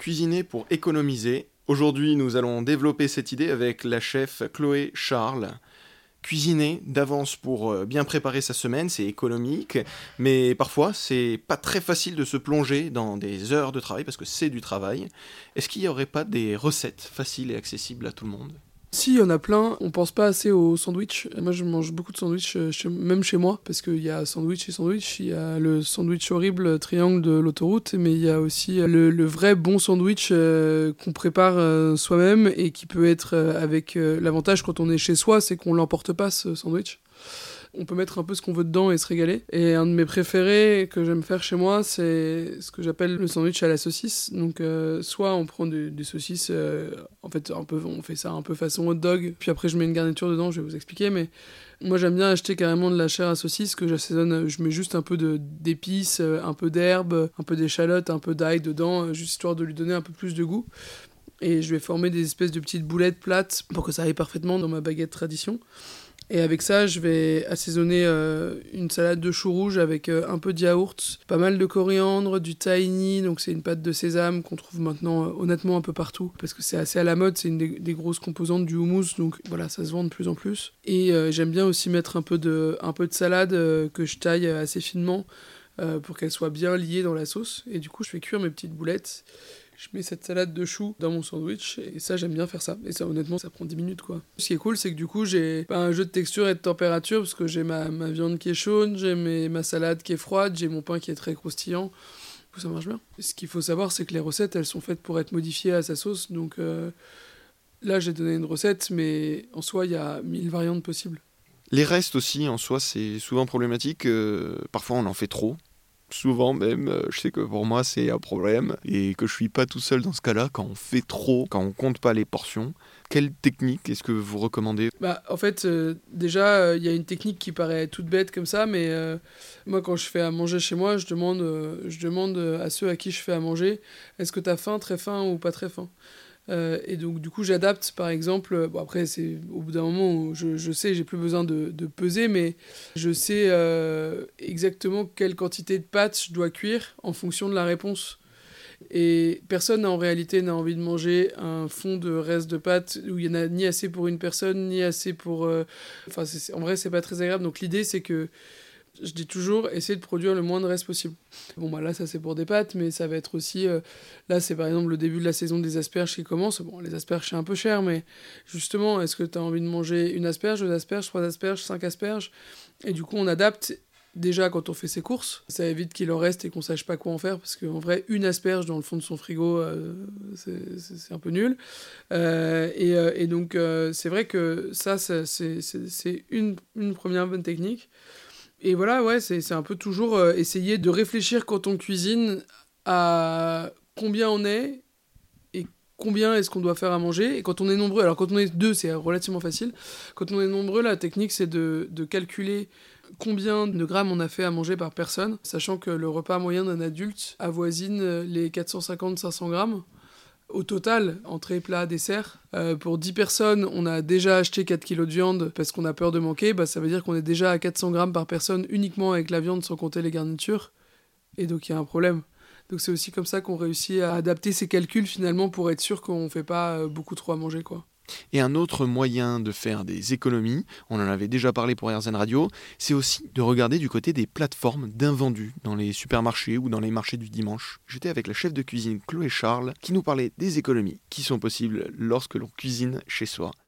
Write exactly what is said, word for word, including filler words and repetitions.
cuisiner pour économiser. Aujourd'hui, nous allons développer cette idée avec la chef Chloé Charles. Cuisiner d'avance pour bien préparer sa semaine, c'est économique, mais parfois c'est pas très facile de se plonger dans des heures de travail parce que c'est du travail. Est-ce qu'il n'y aurait pas des recettes faciles et accessibles à tout le monde ? Si, il y en a plein. On pense pas assez aux sandwichs. Moi, je mange beaucoup de sandwichs, chez, même chez moi, parce qu'il y a sandwich et sandwich. Il y a le sandwich horrible triangle de l'autoroute, mais il y a aussi le, le vrai bon sandwich euh, qu'on prépare euh, soi-même et qui peut être euh, avec euh, l'avantage quand on est chez soi, c'est qu'on l'emporte pas, ce sandwich. On peut mettre un peu ce qu'on veut dedans et se régaler. Et un de mes préférés que j'aime faire chez moi, c'est ce que j'appelle le sandwich à la saucisse. Donc, euh, soit on prend des, des saucisses, euh, en fait, un peu, on fait ça un peu façon hot dog, puis après je mets une garniture dedans, je vais vous expliquer, mais moi j'aime bien acheter carrément de la chair à saucisse que j'assaisonne, je mets juste un peu de, d'épices, un peu d'herbes, un peu d'échalotes, un peu d'ail dedans, juste histoire de lui donner un peu plus de goût. Et je vais former des espèces de petites boulettes plates pour que ça aille parfaitement dans ma baguette tradition. Et avec ça, je vais assaisonner euh, une salade de choux rouges avec euh, un peu de yaourt, pas mal de coriandre, du tahini, donc c'est une pâte de sésame qu'on trouve maintenant euh, honnêtement un peu partout, parce que c'est assez à la mode, c'est une des, des grosses composantes du houmous, donc voilà, ça se vend de plus en plus. Et euh, j'aime bien aussi mettre un peu de, un peu de salade euh, que je taille assez finement euh, pour qu'elle soit bien liée dans la sauce. Et du coup, je fais cuire mes petites boulettes. Je mets cette salade de choux dans mon sandwich et ça, j'aime bien faire ça. Et ça, honnêtement, ça prend dix minutes, quoi. Ce qui est cool, c'est que du coup, j'ai pas un jeu de texture et de température parce que j'ai ma, ma viande qui est chaude, j'ai mes, ma salade qui est froide, j'ai mon pain qui est très croustillant. Du coup, ça marche bien. Ce qu'il faut savoir, c'est que les recettes, elles sont faites pour être modifiées à sa sauce. Donc euh, là, j'ai donné une recette, mais en soi, il y a mille variantes possibles. Les restes aussi, en soi, c'est souvent problématique. Euh, parfois, on en fait trop. Souvent même, euh, je sais que pour moi c'est un problème et que je suis pas tout seul dans ce cas-là quand on fait trop, quand on compte pas les portions. Quelle technique est-ce que vous recommandez ? Bah, en fait, euh, déjà, il euh, y a une technique qui paraît toute bête comme ça, mais euh, moi quand je fais à manger chez moi, je demande, euh, je demande à ceux à qui je fais à manger, est-ce que t'as faim, très faim ou pas très faim ? Euh, et donc du coup j'adapte par exemple, bon après c'est au bout d'un moment où je, je sais j'ai plus besoin de, de peser, mais je sais euh, exactement quelle quantité de pâtes je dois cuire en fonction de la réponse. Et personne en réalité n'a envie de manger un fond de reste de pâtes où il y en a ni assez pour une personne ni assez pour euh... enfin c'est, c'est... en vrai c'est pas très agréable, donc l'idée c'est que je dis toujours, essayer de produire le moins de reste possible. Bon, bah là, ça c'est pour des pâtes, mais ça va être aussi... Euh, là, c'est par exemple le début de la saison des asperges qui commence. Bon, les asperges, c'est un peu cher, mais justement, est-ce que tu as envie de manger une asperge, deux asperges, trois asperges, cinq asperges ? Et du coup, on adapte déjà quand on fait ses courses. Ça évite qu'il en reste et qu'on sache pas quoi en faire, parce qu'en vrai, une asperge dans le fond de son frigo, euh, c'est, c'est, c'est un peu nul. Euh, et, euh, et donc, euh, c'est vrai que ça, c'est, c'est, c'est une, une première bonne technique. Et voilà, ouais, c'est, c'est un peu toujours euh, essayer de réfléchir quand on cuisine à combien on est et combien est-ce qu'on doit faire à manger. Et quand on est nombreux, alors quand on est deux, c'est relativement facile. Quand on est nombreux, la technique, c'est de, de calculer combien de grammes on a fait à manger par personne, sachant que le repas moyen d'un adulte avoisine les quatre cent cinquante à cinq cents grammes. Au total, entrée, plat, dessert, euh, pour dix personnes, on a déjà acheté quatre kilos de viande parce qu'on a peur de manquer. Bah, ça veut dire qu'on est déjà à quatre cents grammes par personne uniquement avec la viande sans compter les garnitures. Et donc il y a un problème. Donc c'est aussi comme ça qu'on réussit à adapter ces calculs finalement pour être sûr qu'on ne fait pas beaucoup trop à manger, quoi. Et un autre moyen de faire des économies, on en avait déjà parlé pour R Z N Radio, c'est aussi de regarder du côté des plateformes d'invendus dans les supermarchés ou dans les marchés du dimanche. J'étais avec la chef de cuisine Chloé Charles qui nous parlait des économies qui sont possibles lorsque l'on cuisine chez soi.